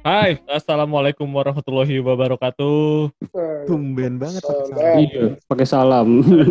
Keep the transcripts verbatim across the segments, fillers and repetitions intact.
Hai, assalamualaikum warahmatullahi wabarakatuh. Tumben banget pakai salam. Waalaikumsalam. Iya, pakai salam.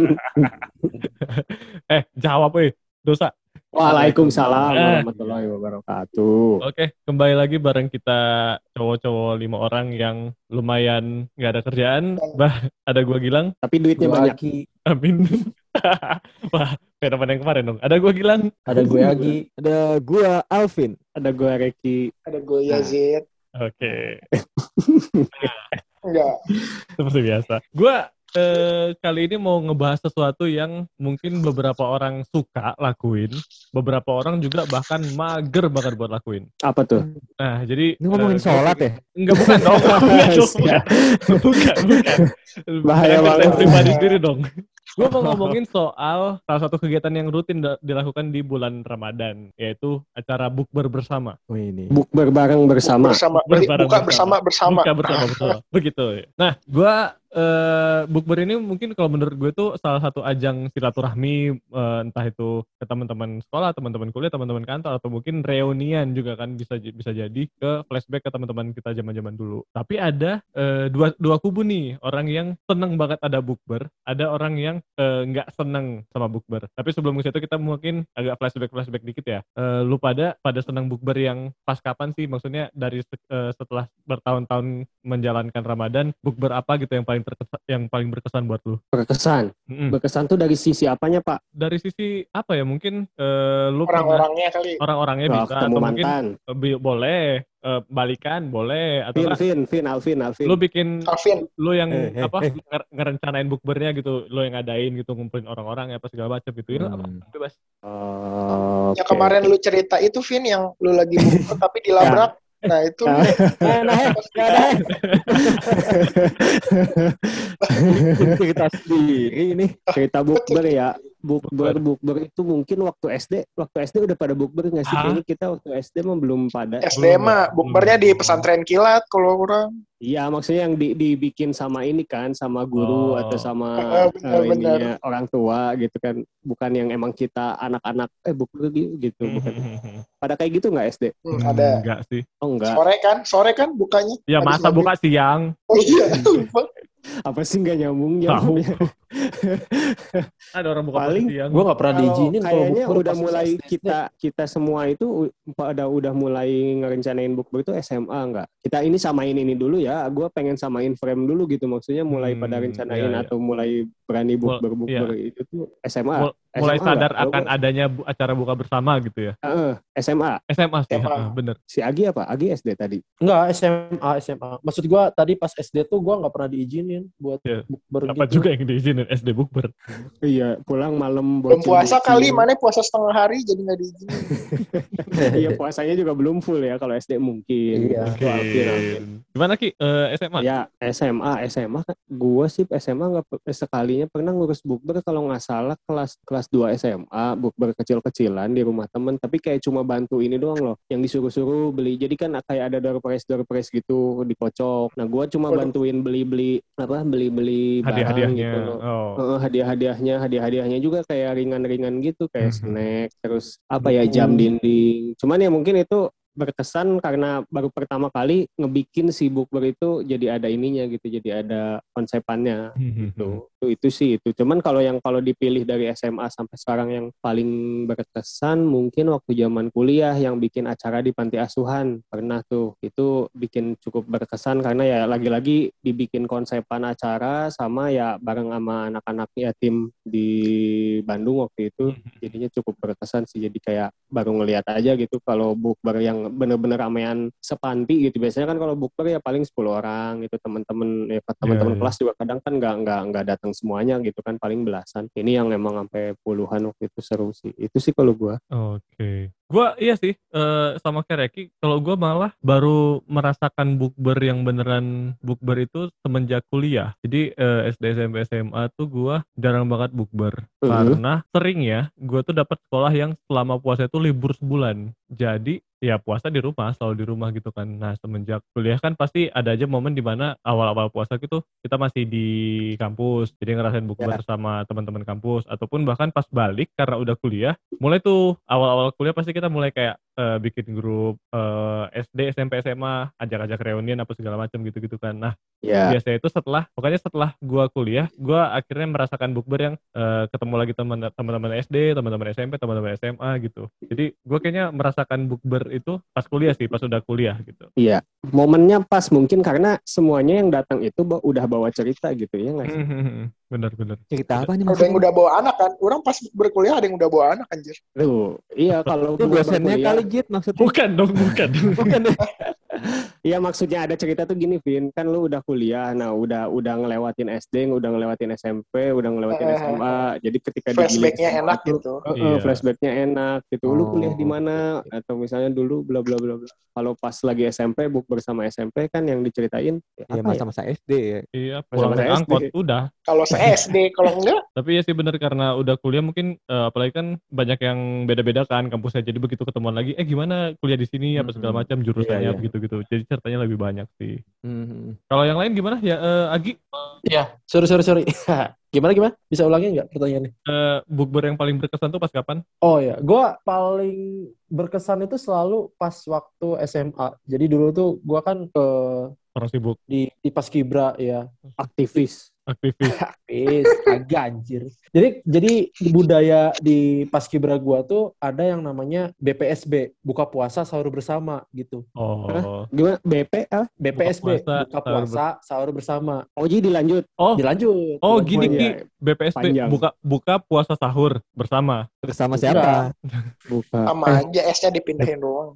Eh, jawab weh, dosa. Waalaikumsalam Eh, warahmatullahi wabarakatuh. oke, kembali lagi bareng kita cowok-cowok lima orang yang lumayan nggak ada kerjaan. Bah, ada gua Gilang, Tapi duitnya Gue banyak. Agi, Amin. Wah, fenomena yang kemarin dong. Ada gua Gilang. ada gue Agi, Ada gua Alvin. Ada gue Reki. ada gue Yazid. Oke, Enggak. seperti biasa. Gua eh, kali ini mau ngebahas sesuatu yang mungkin beberapa orang suka lakuin, beberapa orang juga bahkan mager banget buat lakuin. Apa tuh? Nah, jadi Ini ngomongin eh, sholat ya? Enggak, bukan dong. Bukan, dong, bukan. Bukan, bukan. Bahaya Jangan banget. saya pribadi sendiri dong. Gue mau ngomongin soal salah satu kegiatan yang rutin da- dilakukan di bulan Ramadan, yaitu acara bukber bersama. Oh ini. Bukber bareng bersama. Bersama, Bukber bareng buka bersama bersama. Buka bersama bersama. Begitu. Nah, gue eh, bukber ini mungkin kalau menurut gue tuh salah satu ajang silaturahmi, eh, entah itu ke teman-teman sekolah, teman-teman kuliah, teman-teman kantor, atau mungkin reunian juga kan bisa j- bisa jadi ke flashback ke teman-teman kita zaman-zaman dulu. Tapi ada eh, dua dua kubu nih, orang yang seneng banget ada bukber, ada orang yang eh, nggak seneng sama bukber. Tapi sebelum ke situ kita mungkin agak flashback-flashback dikit ya. Eh, lu pada pada seneng bukber yang pas kapan sih? Maksudnya dari se- eh, setelah bertahun-tahun menjalankan Ramadan, bukber apa gitu yang paling terkesan, yang paling berkesan buat lu? Berkesan. Mm-mm. Berkesan tuh dari sisi apanya, Pak? Dari sisi apa ya? Mungkin eh, lu pernah Orang-orangnya kali. orang-orangnya Wah, bisa ketemu atau mungkin mantan. eh, bi- boleh eh, balikan, boleh atau Vin, enggak Vin, Vin, Alvin, Alvin. lu bikin Alvin, lu yang Eh, eh, apa eh. nger- ngerencanain bukbernya gitu, lu yang ngadain gitu, ngumpulin orang-orang ya apa segala macam gitu. Ya apa Hmm. bebas. Oh, yang oke, kemarin oke. lu cerita itu Vin yang lu lagi bukber tapi dilabrak. Nah itu lu. Eh, nah, eh, nggak ada, eh. Cerita sendiri ini. Cerita bukber ya. Bukber, bukber itu mungkin waktu S D, waktu S D udah pada bukber nggak sih? Hah? Kayaknya kita waktu S D mah belum pada. S D mah bukbernya di pesantren kilat kalau orang. Iya, maksudnya yang di- dibikin sama ini kan, sama guru Oh. atau sama Ah, benar, eh, benar. ininya orang tua gitu kan, bukan yang emang kita anak-anak eh bukber gi- gitu, bukan. Pada kayak gitu nggak S D? Hmm, ada. Enggak sih. Oh enggak, Sore kan, sore kan bukanya. Ya Habis masa maghrib. buka siang. Oh iya, lupa. apa sih nggak nyambung Tahu. jawabnya? Ada orang buka Paling puasa siang. Gue gak pernah Kalau diizinin kalau kayaknya bukber udah pas mulai S D. kita kita semua itu u- pada udah mulai ngerencanain bukber itu S M A nggak? Kita ini samain ini dulu ya. Gue pengen samain frame dulu gitu, maksudnya mulai Hmm, pada rencanain iya, iya. atau mulai berani Mul- bukber bukber itu tuh S M A. Mul- mulai S M A sadar nggak? Kalau akan gua- adanya bu- acara buka bersama gitu ya. Heeh, S M A. S M A sih, S M A. heeh, bener. Si Agi apa? Agi S D tadi. Enggak, S M A, S M A. Maksud gue tadi pas S D tuh gue gak pernah diizinin buat Iya. bukber Apa gitu. juga yang diizinin S D bukber. Iya, pulang malam Belum puasa bocil-bocil. kali, mana puasa setengah hari jadi nggak diizinin. Iya, puasanya juga belum full ya kalau S D mungkin. Iya. Itu Alvin, Alvin. Gimana Ki? Eh, S M A? Ya S M A, S M A kan gue sih S M A nggak pe- sekalinya pernah ngurus bukber kalau nggak salah kelas kelas dua S M A bukber kecil-kecilan di rumah temen, tapi kayak cuma bantu ini doang loh, yang disuruh-suruh beli. Jadi kan kayak ada door prize door prize gitu dikocok. Nah gue cuma Waduh. bantuin beli-beli apa beli-beli barang Hadiah-hadiahnya. gitu loh. Oh. Heeh, hadiah-hadiahnya, hadiah-hadiahnya juga kayak ringan-ringan gitu, kayak Mhm. snack, terus apa ya jam dinding. Cuman ya mungkin itu berkesan karena baru pertama kali ngebikin si bukber itu jadi ada ininya gitu, jadi ada konsepannya gitu. Itu, itu sih itu. Cuman kalau yang kalau dipilih dari S M A sampai sekarang yang paling berkesan mungkin waktu zaman kuliah yang bikin acara di panti asuhan. Pernah tuh. Itu bikin cukup berkesan karena ya lagi-lagi dibikin konsepan acara sama ya bareng sama anak-anak yatim di Bandung waktu itu. Jadinya cukup berkesan sih, jadi kayak baru ngelihat aja gitu kalau bukber yang bener-bener ramean sepanti gitu. Biasanya kan kalau bukber ya paling sepuluh orang gitu, teman-teman ya teman-teman Iya, iya. kelas juga kadang kan nggak nggak nggak datang semuanya gitu kan, paling belasan. Ini yang emang sampai puluhan waktu itu, seru sih. Itu sih kalau gua. Oke. Gua iya sih, eh, sama kayak Reki, kalau gua malah baru merasakan bukber yang beneran bukber itu semenjak kuliah. Jadi eh, S D, S M P, S M A tuh gua jarang banget bukber. Mhm. Karena sering ya, gua tuh dapat sekolah yang selama puasa itu libur sebulan. Jadi ya puasa di rumah, selalu di rumah gitu kan. Nah semenjak kuliah kan pasti ada aja momen dimana awal-awal puasa gitu kita masih di kampus, jadi ngerasain bukber Ya. sama teman-teman kampus, ataupun bahkan pas balik karena udah kuliah, mulai tuh awal-awal kuliah pasti kita mulai kayak uh, bikin grup uh, S D, S M P, S M A, ajak-ajak reunian apa segala macam gitu-gitu kan. Nah, Ya. biasanya itu setelah, pokoknya setelah gua kuliah, gua akhirnya merasakan bukber yang uh, ketemu lagi teman teman-teman S D, teman-teman S M P, teman-teman S M A gitu. Jadi gua kayaknya merasakan bukber itu pas kuliah sih, pas udah kuliah gitu. Iya, momennya pas mungkin karena semuanya yang datang itu ba- udah bawa cerita gitu ya nggak sih? Benar-benar. Cerita apa nih Ada yang maksudnya? udah bawa anak kan. Orang pas berkuliah ada yang udah bawa anak anjir. Tuh, iya kalau Itu gua dosennya berkuliah- kali Jit maksudnya. Bukan dong, bukan. Bukan ya? Iya maksudnya ada cerita tuh gini, Vin, kan lu udah kuliah, nah udah udah ngelewatin S D, udah ngelewatin S M P, udah ngelewatin Eh, S M A, jadi ketika di Flashbacknya S M A enak tuh, gitu. eh, eh, Iya. flashbacknya enak gitu. Lu kuliah di Oh, mana? oke, oke. Atau misalnya dulu bla bla bla bla. Kalau pas lagi S M P, buk bersama S M P kan yang diceritain Ya apa ya? masa-masa S D ya. Iya, pulang Masa-masa naik S D. angkot udah. Kalau se S D, kalau enggak, Tapi ya sih bener karena udah kuliah mungkin eh, apalagi kan banyak yang beda-beda kan kampusnya. Jadi begitu ketemuan lagi, eh gimana kuliah di sini apa segala Mm-mm. macam jurusannya Iya, iya. begitu-gitu. Jadi ceritanya lebih banyak sih. Hmm. Kalau yang lain gimana ya eh, Agi? Iya, sorry sorry sorry. Gimana gimana? Bisa ulangi nggak pertanyaannya? Eh, bukber yang paling berkesan tuh pas kapan? Oh ya, gue paling berkesan itu selalu pas waktu S M A. Jadi dulu tuh gue kan ke Orang sibuk, di di Paskibra ya. Aktivis. aktivis. Aktif, agak anjir. Jadi jadi budaya di Paskibra gua tuh ada yang namanya B P S B, buka puasa sahur bersama gitu. Oh, Gimana? B P ah? B P S B, puasa, buka sahur puasa sahur bersama. Oh jadi dilanjut. oh, Dilanjut. oh dilanjut. gini Oh, Ki, iya. B P S B Panjang. buka buka puasa sahur bersama. Bersama Enggak. siapa? Buka. sama aja S-nya dipindahin doang.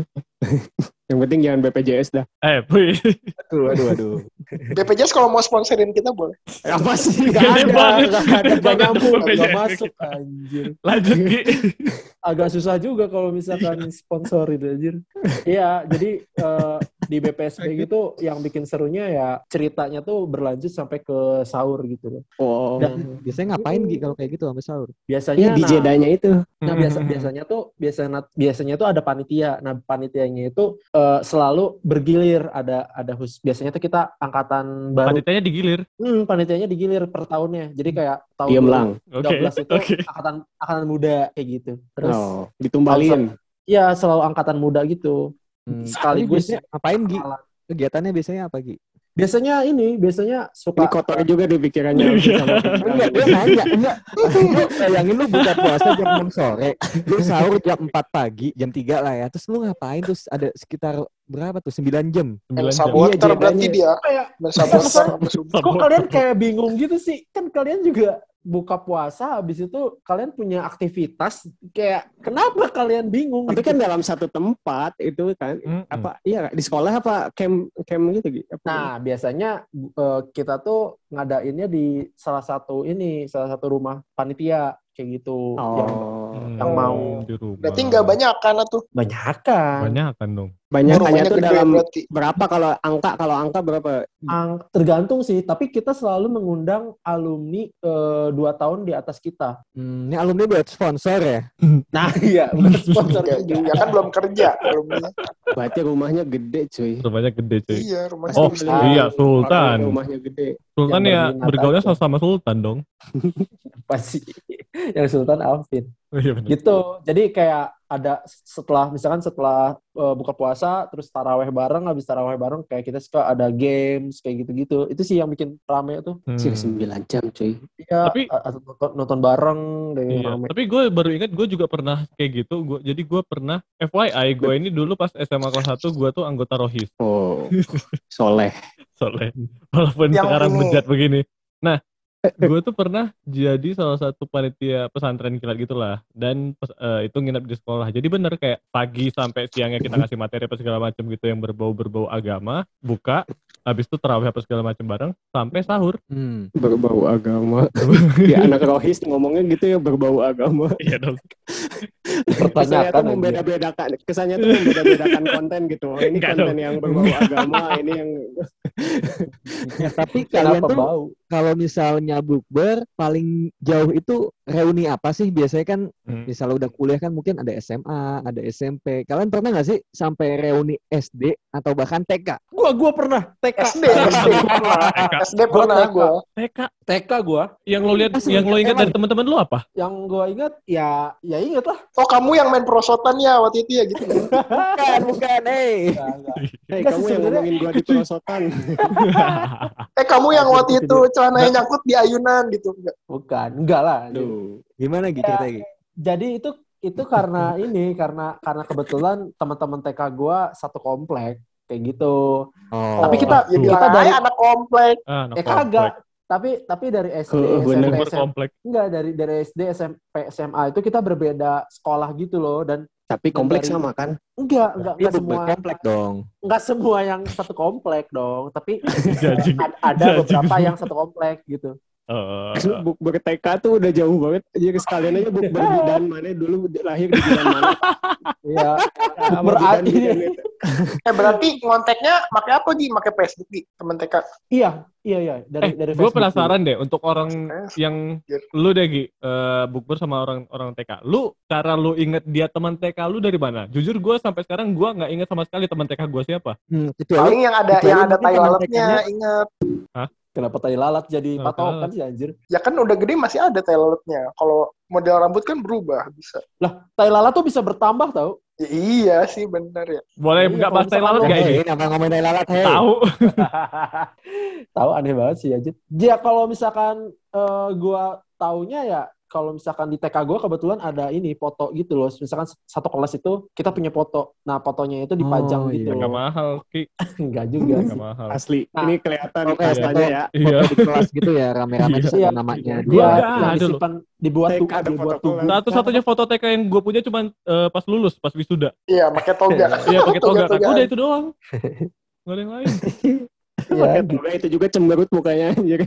Yang penting jangan B P J S dah. Eh, Puy. Aduh, aduh, aduh. B P J S kalau mau sponsorin kita boleh. Apa sih? Gak Gede ada, banget. gak ada, Gede gak banget nyambung, B P J S. gak masuk anjir. Lanjut Ki. Agak susah juga kalau misalkan sponsorin anjir. Iya, jadi eh, di B P S B gitu yang bikin serunya ya ceritanya tuh berlanjut sampai ke sahur gitu loh. Oh. Dan Biasanya ngapain Gi kalau kayak gitu sampai sahur? biasanya Iya, nah, D J-danya itu. nah biasa biasanya tuh biasanya biasanya tuh ada panitia. Nah, panitianya itu eh, selalu bergilir, ada ada khusus. Biasanya tuh kita angkatan baru. Panitianya digilir. Hmm, panitianya digilir per tahunnya. Jadi kayak tahun Diam lang. Oke. dua ribu dua belas itu Oke. angkatan angkatan muda kayak gitu. Terus Oh, ditumbalin. ya selalu angkatan muda gitu. Hmm. Sekaligus Biasanya ngapain Gi? kenalan. Kegiatannya biasanya apa Gi? Biasanya ini, biasanya Ini suka kotor juga di pikirannya. Iya. sama pikiran. Enggak, gue nanya, enggak. Lu bayangin lu buka puasa jam enam sore, lu sahur jam empat pagi, jam tiga lah ya. Terus lu ngapain terus ada sekitar berapa tuh? sembilan jam. sembilan Main jam. saboter Iya, berarti jedanya. dia. kayak Main saboter. kok kalian kayak bingung gitu sih? Kan kalian juga buka puasa, habis itu kalian punya aktivitas. Kayak kenapa kalian bingung? Tapi gitu? kan dalam satu tempat itu kan Mm-mm. apa? Iya di sekolah apa camp camp gitu gitu. Nah, biasanya eh, kita tuh ngadainnya di salah satu ini, salah satu rumah panitia kayak gitu. Yang Oh. yang mau. di rumah. Berarti nggak banyak kan tuh. banyak kan. Banyak kan dong. Banyak Rumahnya hanya tuh gede dalam berarti. berapa kalau angka kalau angka berapa? Ang- tergantung sih, tapi kita selalu mengundang alumni eh, dua tahun di atas kita. Hmm, ini alumni buat sponsor ya? Nah, iya, bukan sponsor Ya, juga. ya kan belum kerja alumni. Berarti rumahnya gede cuy. Rumahnya gede cuy. Iya, rumahnya Oh, besar. Ah, iya Orang Sultan. rumahnya gede. Sultan Yang ya berminat bergaulnya aja. sama Sultan dong. Pasti yang Sultan Alvin. Oh, iya benar. Gitu. Jadi kayak ada setelah misalkan setelah uh, buka puasa terus taraweh bareng, habis taraweh bareng kayak kita suka ada games kayak gitu-gitu. Itu sih yang bikin rame tuh. Hmm. Sih sembilan jam cuy. Iya, Tapi- a- atau nonton, nonton bareng deh Iya, rame. tapi gue baru ingat gue juga pernah kayak gitu. Gua, jadi gue pernah F Y I gue ini dulu pas S M A kelas satu gue tuh anggota Rohis. Oh. Soleh. Soalnya walaupun Yang sekarang ini. bejat begini. Nah, gue tuh pernah jadi salah satu panitia pesantren kilat gitulah, dan pes- eh, itu nginep di sekolah. Jadi bener kayak pagi sampai siangnya kita ngasih materi apa segala macam gitu yang berbau-berbau agama, buka, habis itu tarawih apa segala macam bareng sampai sahur. Hmm. Berbau agama. Ya anak rohis ngomongnya gitu ya berbau agama. Iya dong. Kesannya Pertanyakan tuh aja. membeda-bedakan, kesannya tuh membeda-bedakan konten gitu. Oh, ini Enggak konten dong. yang berbau agama, ini yang Ya, tapi kalian Kenapa tuh bau? kalau misalnya bukber paling jauh itu reuni apa sih? Biasanya kan Hmm. misalnya udah kuliah kan mungkin ada S M A, ada S M P. Kalian pernah nggak sih sampai reuni S D atau bahkan T K? Gua gua pernah T K. S D, S D pernah. S D Gua pernah T K. gue. T K T K gua. yang lo lihat, Asli, yang lo ingat emang. dari teman-teman lo apa? Yang gua ingat ya ya inget lah. Oh kamu yang main perosotan ya waktu itu ya gitu. Bukan, bukan, eh. Enggak, enggak. Hei, Enggak kamu sih, yang sebenarnya- ngomongin gua di perosotan. Eh kamu yang waktu Gitu, itu celananya nyangkut di ayunan gitu. Enggak. Bukan, enggak lah. Aduh. Gimana gitu Ya, ceritanya? Jadi itu itu karena ini karena karena kebetulan teman-teman T K gua satu komplek kayak gitu. Oh. Tapi kita Ya Tuh. bilang kita dari aja anak komplek. Ah, anak eh komplek. kagak. Tapi tapi dari S D, Oh, S M P, bener. Bukber S M P komplek. enggak dari dari S D, S M P, S M A itu kita berbeda sekolah gitu loh dan Tapi kompleks dari- sama kan? enggak enggak Iya, enggak bukber semua komplek dong. enggak semua yang satu komplek dong, tapi Jajing. ad- ada Jajing beberapa semua. yang satu komplek gitu. Eh, Bukber T K tuh udah jauh banget. Jadi sekalian aja bukber bidan mana dulu lahir di bidan mana. Iya. Sama Bukber bidan ini. bidan itu. Eh berarti ngonteknya pakai apa Gi? Pakai Facebook Gi, temen T K. Iya, iya iya dari eh, dari gue Facebook penasaran deh untuk orang Facebook. yang lu deh Gi, eh, bukber sama orang orang T K. Lu cara lu inget dia teman T K lu dari mana? Jujur gue sampai sekarang gue nggak inget sama sekali teman T K gue siapa. Hmm, kecuali Paling yang ada kecuali yang ada mungkin tai teman lalatnya T K-nya. inget. dulu. Kenapa tai lalat jadi Oh, patokan lalat. sih anjir? Ya kan udah gede masih ada tai lalatnya. Kalau model rambut kan berubah bisa. Lah, tai lalat tuh bisa bertambah tau? Ya, iya sih bener ya. Boleh Iya, nggak kalau bahas tai misalkan lalat lu- nggak ini? Hei, kenapa ngomongin tai lalat, hei? Tahu. Tahu aneh banget sih anjir. Ya kalau misalkan eh, gua taunya ya kalau misalkan di T K gua kebetulan ada ini foto gitu loh. Misalkan satu kelas itu kita punya foto. Nah, fotonya itu dipajang Oh, gitu. iya. Nggak mahal Ki, Enggak juga nggak sih. mahal. Asli. Nah. Ini kelihatan Oke, kastanya ya. Iya. Foto di kelas gitu ya, rame-rame terus Iya. ada namanya. Gua Dia nggak yang ada loh. disimpan dibuat T K tuh ada dibuat foto tubuh. kelas. Satu-satunya foto T K yang gue punya cuma eh, pas lulus, pas wisuda. Iya pakai toga. Iya pakai toga kan. Toga-togaan. Udah itu doang. Nggak ada yang lain. Iya, Pakai toga itu juga cemberut mukanya anjir.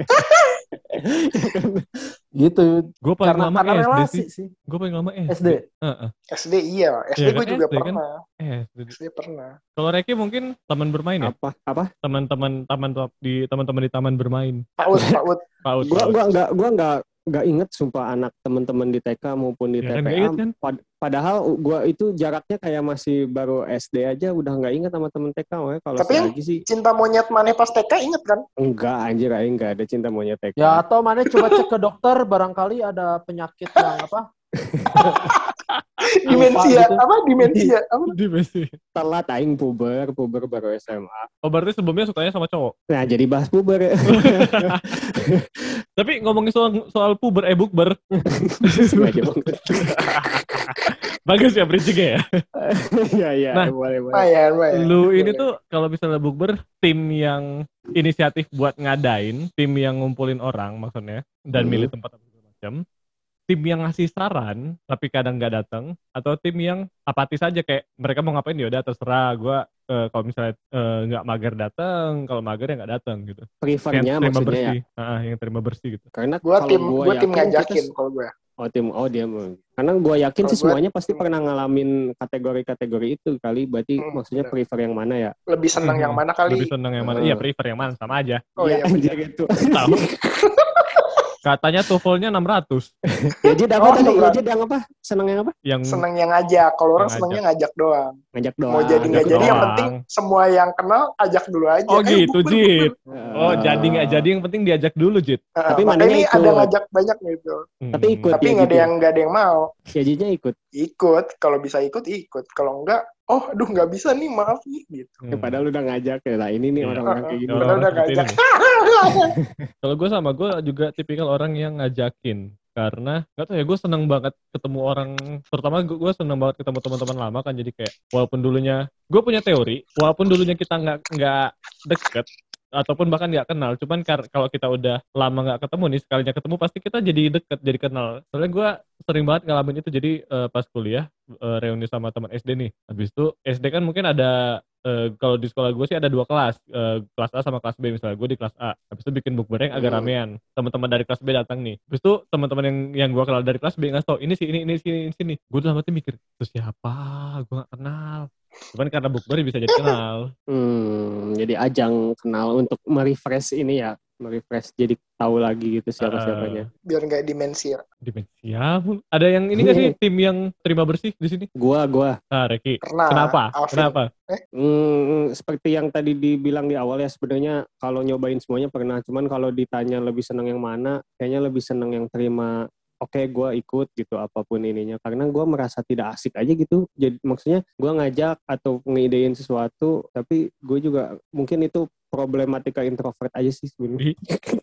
gitu. Gue paling Karena lama karena S D relasi sih. sih. Gue paling lama S D. S D. Heeh. S D iya. S D Iya gue kan, juga S D kan? pernah. Eh, S D. S D pernah. Kalau Reki mungkin taman bermain ya? Apa? Apa? Teman-teman taman di teman-teman di taman bermain. Paut, paut. Paut. Gua paut. gua enggak gua enggak enggak inget sumpah anak teman-teman di T K maupun di Ya kan, T P A. nggak inget kan? Pad- padahal gua itu jaraknya kayak masih baru S D aja udah nggak inget sama temen T K. Makanya kalau Tapi yang- lagi sih Cinta monyet mana pas T K inget kan? enggak anjir aing enggak ada cinta monyet T K. Ya atau mana coba cek ke dokter barangkali ada penyakit yang apa? Dimensia gitu. apa? Dimensia apa? Di Messi. Telat aing puber, puber baru S M A. Oh berarti sebelumnya sukanya sama cowok. Nah, jadi bahas puber. Tapi ngomongin soal soal puber eh bukber. Sengaja banget. Bagus ya bridging-nya ya. Iya, iya, Nah, boleh, boleh. Lumayan, lumayan. Lu ini tuh kalau misalnya bukber, tim yang inisiatif buat ngadain, tim yang ngumpulin orang maksudnya, dan Hmm. milih tempat apa segala macam. Tim yang ngasih saran tapi kadang nggak datang, atau tim yang apatis aja kayak mereka mau ngapain ya udah terserah, gue kalau misalnya eh, nggak mager datang, kalau mager ya nggak datang gitu. Prefernya Yang terima maksudnya ya. bersih, Ah, yang terima bersih gitu. Karena Gua kalau tim gua gua tim yakin ngajakin kita- kalau gue. Oh tim, oh dia mau. Karena gue yakin Kalau sih gua- semuanya pasti pernah ngalamin kategori-kategori itu kali. Berarti Hmm, maksudnya benar. prefer yang mana ya? Lebih senang yang mana kali? Lebih seneng yang mana? Eh. Iya prefer yang mana sama aja. Oh iya. anjir gitu. Tahu. Katanya TOEFL-nya enam ratus. Ya jadi apa Oh, tadi? Ya berat. jadi yang apa? Senang yang apa? Yang Senang yang ngajak. Kalau orang Yang senangnya ngajak doang. Ngajak doang. Mau jadi nggak ngajak jadi yang doang. penting semua yang kenal ajak dulu aja. Oh Eh, gitu, bukber, Jit. bukber. Oh, Eh, jadi nggak jadi yang penting diajak dulu, Jit. Eh, Tapi makanya mananya ini ikut. ada ngajak banyak gitu. Tapi ikut. Tapi ya nggak ada gitu. yang nggak ada yang mau. Ya jadinya ikut. Ikut. Kalau bisa ikut ikut. Kalau enggak, oh aduh nggak bisa nih maaf nih gitu. Hmm. Ya, padahal udah ngajak ya. Nah ini nih Iya. orang-orang kayak gini. Orang Padahal udah seperti ngajak. ini. Kalau gue sama, gue juga tipikal orang yang ngajakin. Karena gak tau ya, gue seneng banget ketemu orang, terutama gue, gue seneng banget ketemu teman-teman lama kan. Jadi kayak walaupun dulunya, gue punya teori, walaupun dulunya kita nggak nggak deket ataupun bahkan nggak kenal, cuman kar- kalau kita udah lama nggak ketemu nih, sekalinya ketemu pasti kita jadi deket, jadi kenal. Soalnya gue sering banget ngalamin itu. Jadi eh, pas kuliah eh, reuni sama teman S D nih, habis itu S D kan mungkin ada eh, kalau di sekolah gue sih ada dua kelas, eh, kelas A sama kelas B. Misalnya gue di kelas A, habis itu bikin bukber yang agak Hmm. ramean, teman-teman dari kelas B datang nih, habis itu teman-teman yang yang gue kenal dari kelas B ngasih tau ini sih ini ini sini ini sini. Gue dalam hati mikir itu siapa, gue nggak kenal, cuman karena bukber bisa jadi kenal. Hmm, jadi ajang kenal untuk merefresh ini ya. merefresh jadi tahu lagi gitu siapa-siapanya. Biar nggak demensia. Demensia. Ada yang ini nggak sih tim yang terima bersih di sini? Gua, gua. Ah, Reki. Pernah. Kenapa? Alvin. Kenapa? Eh? Hmm, seperti yang tadi dibilang di awal ya, sebenarnya kalau nyobain semuanya pernah. Cuman kalau ditanya lebih seneng yang mana, kayaknya lebih seneng yang terima. Oke, gue ikut gitu apapun ininya. Karena gue merasa tidak asik aja gitu. Jadi maksudnya gue ngajak atau ngeidein sesuatu, tapi gue juga mungkin itu problematika introvert aja sih sebenarnya.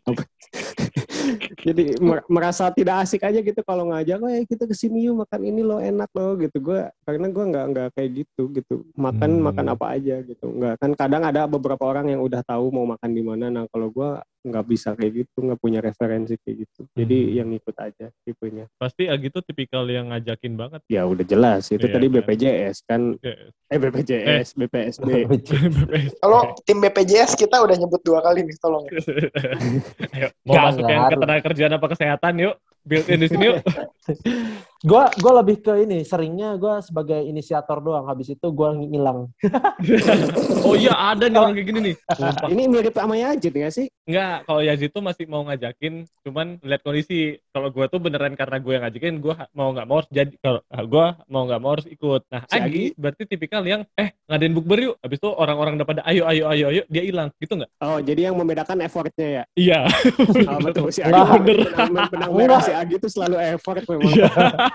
Jadi mer- merasa tidak asik aja gitu kalau ngajak, oh ya kita kesini yuk makan ini loh enak loh gitu. Gue karena gue nggak nggak kayak gitu gitu. Makan Hmm. makan apa aja gitu. Nggak kan kadang ada beberapa orang yang udah tahu mau makan di mana. Nah kalau gue nggak bisa kayak gitu, nggak punya referensi kayak gitu. Jadi Hmm. yang ikut aja tipenya. Pasti Agi tuh tipikal yang ngajakin banget. Ya udah jelas itu Iya, tadi kan? B P J S kan. Yes. Eh B P J S, B P S B. Kalau tim B P J S kita udah nyebut dua kali nih, tolong. Ayo, mau Nggak, masuk nggak yang harus. ketenagakerjaan apa kesehatan yuk. Build in di sini yuk. Gue gue lebih ke ini, seringnya gue sebagai inisiator doang. Habis itu gue ngilang. Oh iya ada nih orang kayak gini nih. Sumpah. Ini mirip sama Yazid nggak sih? Enggak, kalau Yazid tuh masih mau ngajakin, cuman lihat kondisi. Kalau gue tuh beneran karena gue yang ngajakin, gue mau nggak mau harus jadi. Kalau gue mau nggak mau harus ikut. Nah, Si Agi, Agi? berarti tipikal yang eh ngadain bukber yuk. Habis itu orang-orang udah pada ayo ayo ayo ayo, dia hilang, gitu nggak? Oh jadi yang membedakan effortnya ya? Iya. Oh, betul si Agi. Nah, bener. Benang, benang merah si Agi itu selalu effort memang. Iya.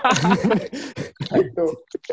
Itu.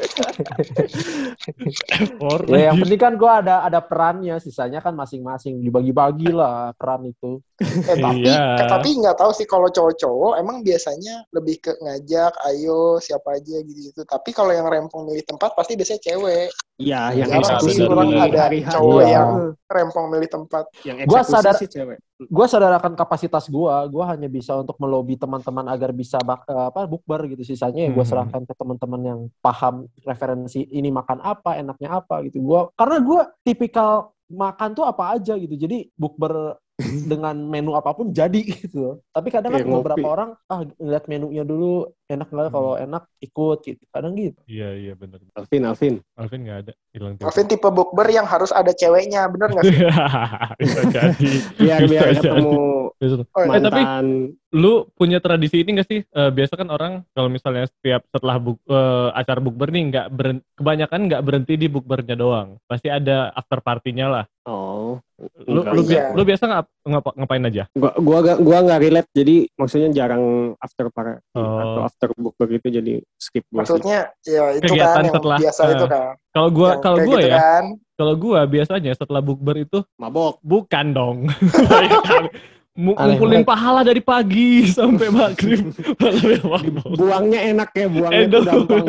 Effort Ya yang lagi. penting kan gue ada ada perannya, sisanya kan masing-masing dibagi-bagi lah peran itu. Eh, tapi Iya. eh, tapi nggak tahu sih kalau cowok-cowok emang biasanya lebih ke ngajak, ayo siapa aja gitu-gitu. Tapi kalau yang rempong milih tempat pasti biasanya cewek. Iya, yang Jarang Jarang sih sih eksekusi orang di ada hari H. cowok Iya. yang rempong milih tempat. Yang Gua eksekusi sadar- sih cewek. Gue sadarkan kapasitas gue, gue hanya bisa untuk melobi teman-teman agar bisa bak, eh, apa bukber gitu. Sisanya ya gue Hmm. serahkan ke teman-teman yang paham referensi ini makan apa, enaknya apa gitu. Gua karena gue tipikal makan tuh apa aja gitu. Jadi bukber dengan menu apapun jadi gitu. Tapi kadang kan Kayak ngopi. beberapa orang ah lihat menunya dulu enak nggak, kalau enak ikut gitu. Kadang gitu. Iya iya benar. Alvin, Alvin. Alvin nggak ada, hilang. Alvin tipe bukber yang harus ada ceweknya, bener nggak sih? Bisa jadi. Biar Bisa biar jadi. ketemu Bisa. Oh, Eh, tapi mantan. lu punya tradisi ini nggak sih? Eh, biasa kan orang kalau misalnya setiap setelah buk, eh, acara bukber nih nggak beren- kebanyakan nggak berhenti di bukbernya doang. Pasti ada after party-nya lah. Oh, Lu enggak. lu, bi- Iya. lu biasa ngap, ngapa- ngapain aja? Gua gua gak, gua nggak relate, jadi maksudnya jarang after party Oh. atau after book begitu, jadi skip gua sih. Maksudnya ya itu Kegiatan kan yang setelah, biasa eh, itu kan. Kalau gua Yang kalau kayak gua gitu ya, kan. kalau gua biasanya setelah bukber itu Mabok. bukan dong. Banyak Mu- Aneh ngumpulin banget. pahala dari pagi sampai maghrib. Malamnya mabok. Buangnya enak ya, buangnya Enak. tuh gampang.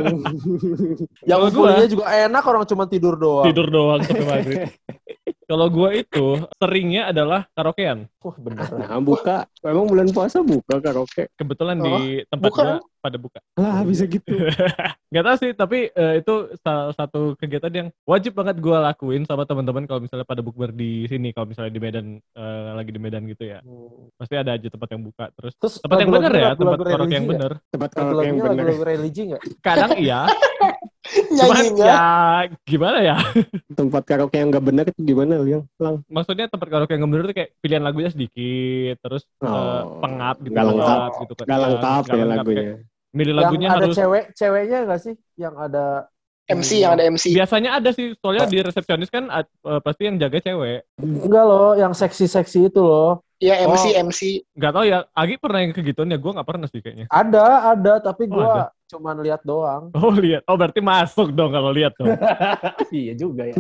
Yang Kalau gua- ngumpulinnya juga enak, orang cuma tidur doang. Tidur doang sampai maghrib. Kalau gua itu seringnya adalah karaokean. Wah bener. Nah, buka. Memang bulan puasa buka karaoke. Kebetulan Oh, di tempat bukan. gua pada buka. Lah, bisa gitu. Gak tahu sih, tapi eh, itu salah satu kegiatan yang wajib banget gua lakuin sama teman-teman kalau misalnya pada bukber di sini. Kalau misalnya di Medan, eh, lagi di Medan gitu ya, pasti ada aja tempat yang buka. Terus Terus tempat yang bener ya, tempat lagu-lagu karaoke yang religi bener. Tempat karaoke yang Lagu-lagunya bener. lagu-lagu religi nggak? Kadang iya, cuman Nyanyinya ya gimana ya? Tempat karaoke yang gak bener itu gimana, Liang? Lang. Maksudnya tempat karaoke yang bener itu kayak pilihan lagunya sedikit, terus eh, Oh, pengap gitu, nggak lengkap. pengap gitu kan. Gak Iya, lengkap nggak ya lengkap, lagunya. kayak milih Yang lagunya ada harus cewek, ceweknya nggak sih? Yang ada M C yang ada M C. biasanya ada sih, soalnya di resepsionis kan ad- eh, pasti yang jaga cewek. enggak loh, yang seksi-seksi itu loh. Iya M C Oh. M C. Nggak tahu ya, Agi pernah yang kegituan ya, gue nggak pernah sih kayaknya. Ada, ada, tapi Oh, gua ada. cuman lihat doang. Oh lihat, oh berarti masuk dong kalau lihat dong. Iya juga ya.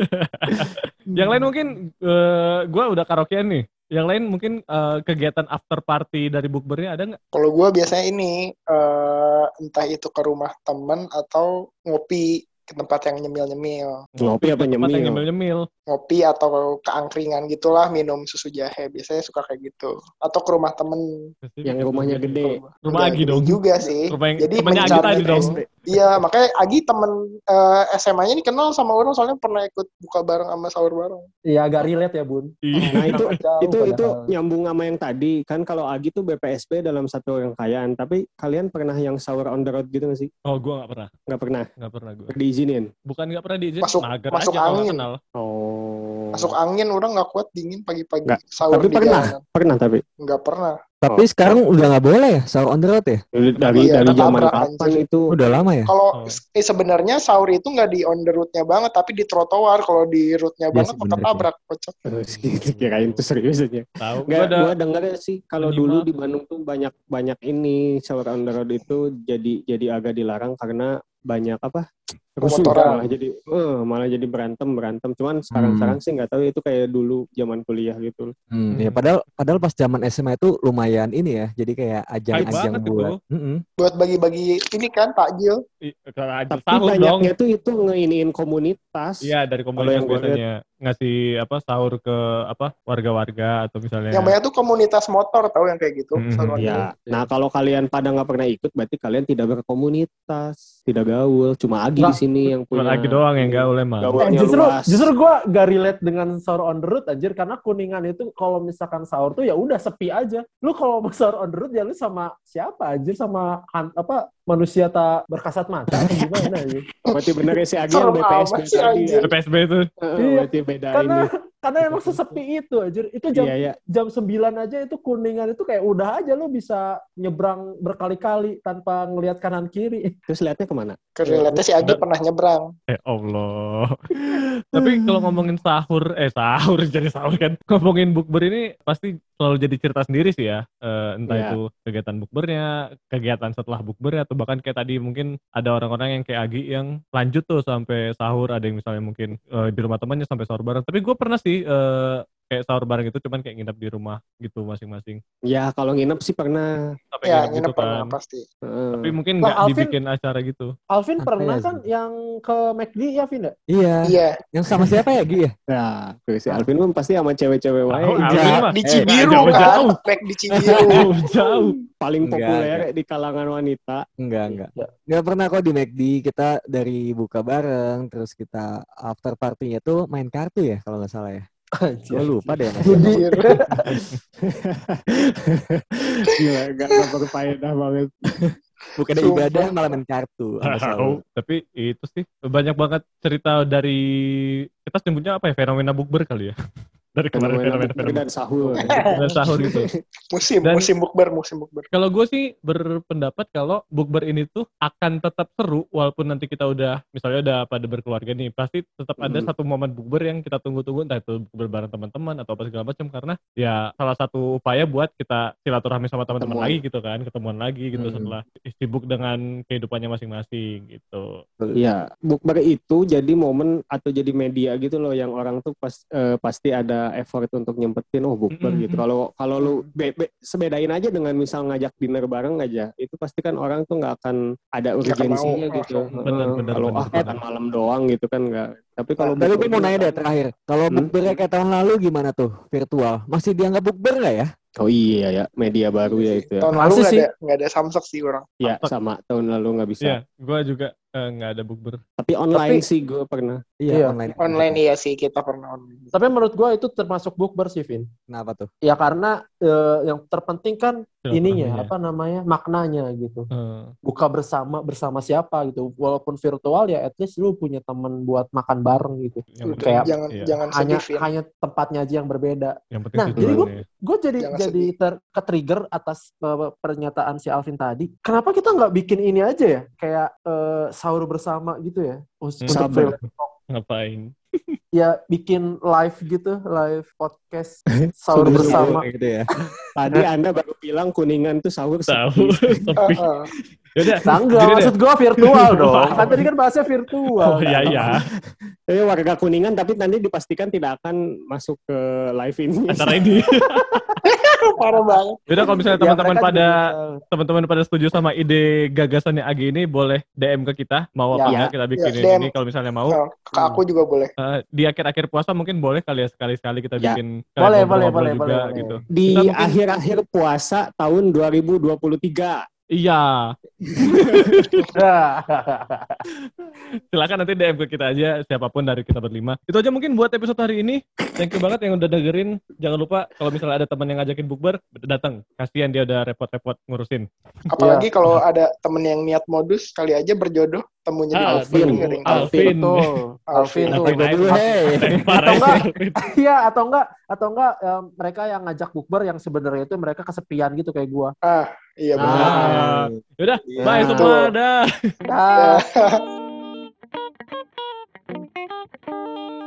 Yang lain mungkin eh, gue udah karaokean nih. Yang lain mungkin eh, kegiatan after party dari bukbernya ada nggak? Kalau gue biasanya ini eh, entah itu ke rumah temen atau ngopi ke tempat yang nyemil-nyemil. Ngopi apa Tempat yang nyemil? nyemil-nyemil. Ngopi atau ke angkringan gitulah, minum susu jahe. Biasanya suka kayak gitu. Atau ke rumah temen. Yang rumahnya gede. Rumah Ya, Agi gede dong. juga sih. Rumah yang Jadi temennya Agi mencari- tadi dong. Iya, makanya Agi temen eh, S M A-nya ini kenal sama orang soalnya pernah ikut buka bareng sama sahur bareng. Iya agak relate ya Bun. Iya. Nah itu Jauh itu itu padahal. nyambung sama yang tadi kan, kalau Agi tuh B P S B dalam satu rangkaian, tapi kalian pernah yang sahur on the road gitu nggak sih? Oh gue nggak pernah, Nggak pernah, nggak pernah gue. diizinin. Bukan nggak pernah diizin, Masuk- mager masuk aja kalau nggak angin. kenal. Oh, Oh. Masuk angin orang nggak kuat dingin pagi-pagi Nggak, sahur tapi di pernah, jalanan. pernah tapi Nggak pernah. Tapi sekarang udah nggak boleh ya sahur on the road ya? dari Iya, dari zaman ketabrak, kapan anjir. itu? Udah lama ya? Kalau Oh. eh, sebenarnya sahur itu nggak di on the route-nya banget, tapi di trotoar. Kalau di route-nya Iya banget, sih, kok bener ketabrak. Kocak. Terus gitu kirain itu serius aja. Tahu. Gua Enggak, ada gua denger sih kalau menyimak. dulu di Bandung tuh banyak banyak ini sahur on the road itu jadi jadi agak dilarang karena banyak apa? Rusuh Pemotoran. malah jadi eh malah jadi berantem berantem. Cuman sekarang-sekarang sih nggak tahu itu kayak dulu zaman kuliah gitu. Hmm, ya padahal padahal pas zaman S M A itu lumayan ini ya. Jadi kayak ajang-ajang banget itu. buat. Mm-mm. Buat bagi-bagi ini kan takjil. I- kalau ada Tapi sahur dong. banyaknya tuh itu ngeiniin komunitas. Iya, dari Kalau komunitas yang gua biasanya ngasih apa sahur ke apa warga-warga atau misalnya Yang banyak tuh komunitas motor, tahu yang kayak gitu. Mhm. Sahur on the Ya, road. nah kalau kalian pada nggak pernah ikut, berarti kalian tidak berkomunitas, tidak gaul. Cuma Agi Nggak. di sini yang cuma punya. lagi doang yang ini. gaul emang. Eh, Gaulnya justru luas. justru gue gak relate dengan sahur on the road anjir, karena Kuningan itu kalau misalkan sahur tuh ya udah sepi aja. Lu kalau mau sahur on the road ya lu sama siapa anjir, sama han- apa manusia tak berkasat mata atau gimana anjir. Berarti bener ya si Agi yang Serem B P S B amat sih, tadi anjir. ya. P S B itu. Heeh, Iya. Berarti beda Karena ini. karena emang sesepi itu anjir. Itu jam Iya ya. jam sembilan aja itu Kuningan itu kayak udah aja lu bisa nyebrang berkali-kali tanpa ngelihat kanan kiri. Terus lihatnya kemana? Kerelate si Agi pernah nyebrang. Eh Allah. Tapi kalau ngomongin sahur, eh sahur jadi sahur kan. Ngomongin bukber ini pasti selalu jadi cerita sendiri sih ya. Eh, entah Iya. itu kegiatan bukbernya, kegiatan setelah bukbernya, atau bahkan kayak tadi mungkin ada orang-orang yang kayak Agi yang lanjut tuh sampai sahur. Ada yang misalnya mungkin eh, di rumah temannya sampai sahur bareng. Tapi gue pernah sih eh, kayak sahur bareng itu cuman kayak nginep di rumah gitu masing-masing. Ya kalau nginep sih pernah. Sampai Ya, nginep gitu nginep pernah kan. pasti. Heeh. Tapi mungkin Bang nggak Alvin- dibikin acara gitu. Alvin Apa pernah ya, kan sih? yang ke McD ya, Vin ya? Iya. Iya. Yang sama siapa ya Gi ya? Nah, tuh si Alvin mah pasti sama cewek-cewek wae. Tahu, Alvin enggak. mah. Di Eh, Cibiru jauh, kan. jauh. Mac di Cibiru. Jauh, jauh. Paling Enggak, populer enggak. di kalangan wanita. Enggak, enggak. Ya. Enggak pernah kok di McD. Kita dari buka bareng, terus kita after party-nya tuh main kartu ya kalau nggak salah ya. Gue lupa deh. Mas. Anjir. Gila, gak, gak berfaedah banget. Bukan ada Sumpah. ibadah malah main kartu. sama sahur. Tahu, tapi itu sih banyak banget cerita dari kita sebutnya apa ya, fenomena bukber kali ya. Dari kemarin Fenomena fenomena bukber fenomena dan sahur. dan sahur gitu. Musim, Dan- musim bukber, musim bukber. Kalau gue sih berpendapat kalau bukber ini tuh akan tetap seru walaupun nanti kita udah misalnya udah pada berkeluarga nih, pasti tetap ada Hmm. satu momen bukber yang kita tunggu-tunggu, entah itu bukber bareng teman-teman atau apa segala macam, karena ya salah satu upaya buat kita silaturahmi sama teman-teman Ketemuan. lagi gitu kan, ketemuan lagi gitu Hmm. setelah sibuk dengan kehidupannya masing-masing gitu. Iya, bukber itu jadi momen atau jadi media gitu loh yang orang tuh pas eh, pasti ada effort untuk nyempetin oh bukber Mm-mm. gitu. Kalau kalau lu be- be- sebedain aja dengan misal ngajak dinner bareng aja, itu pasti kan orang tuh nggak akan ada Nggak akan urgensinya mau. gitu. Bener, Heeh, bener, kalau bener, ah bener. makan malam doang gitu kan nggak. Tapi kalau Tapi bukber gue mau itu nanya deh kan- terakhir. Kalau Hmm? bukbernya kayak tahun lalu gimana tuh virtual? Masih dianggap bukber nggak ya? Oh iya ya, media baru ya itu ya. Tahun lalu Masih nggak sih. ada nggak ada samsek sih orang. Ya sama tahun lalu nggak bisa. Iya, gue juga eh, nggak ada bukber. Tapi online Tapi- sih gue pernah. Iya, Iya. online. Online iya sih, kita pernah online. Tapi menurut gue itu termasuk bukber sih, Vin. Kenapa tuh? Ya karena eh, yang terpenting kan ininya, Silaturahminya. apa namanya, maknanya gitu. Eh, Buka bersama bersama siapa gitu. Walaupun virtual ya at least lu punya temen buat makan bareng gitu. yang Udah, penting, Kayak jangan iya, jangan Hanya sedih, Vin. hanya tempatnya aja yang berbeda. yang penting Nah, sih jadi tujuannya. Gue jadi Jangan jadi ter ke-trigger atas eh, pernyataan si Alvin tadi. Kenapa kita nggak bikin ini aja ya? Kayak eh, sahur bersama gitu ya. Us- Hmm. Untuk Sabar. film. Ngapain? Ya bikin live gitu, live podcast sahur Sahur bersama. Kayak gitu ya. Tadi Anda baru bilang Kuningan tuh sahur Tahu. sepi. Tapi Heeh. yaudah, Nah, enggak, gini deh. maksud gue virtual dong. Kan tadi kan bahasnya virtual. Oh iya iya. Tapi warga Kuningan tapi nanti dipastikan tidak akan masuk ke live ini. Acara ini. Parah banget. Yaudah kalau misalnya Ya, teman-teman mereka pada juga- teman-teman pada setuju sama ide gagasannya Agi ini, boleh D M ke kita, mau apa Ya. enggak kita bikin Ya, D M. ini kalau misalnya mau. Oh, ke aku juga boleh. Eh, di akhir-akhir puasa mungkin boleh kali ya, sekali-sekali kita Ya. bikin Boleh, kayak boleh, ngobrol-ngobrol boleh, juga boleh, boleh. gitu. Di Kita mungkin- akhir-akhir puasa tahun dua ribu dua puluh tiga. Iya. Silakan nanti D M ke kita aja, siapapun dari kita berlima. Itu aja mungkin buat episode hari ini. Thank you banget yang udah dengerin. Jangan lupa kalau misalnya ada teman yang ngajakin bukber, datang. Kasihan dia udah repot-repot ngurusin. Apalagi kalau ada temen yang niat modus, kali aja berjodoh temunya di Ah, Alvin. aduh, Nggak ada yang tahu. Alvin. Betul. Alvin tuh. Kenapa gue, hei? Parah Atau enggak, Alvin. iya atau enggak atau enggak em, mereka yang ngajak bukber yang sebenarnya itu mereka kesepian gitu kayak gua. Ah, iya benar. Ah. Yaudah, Iya. bye semua. Dah. Ah. Ya.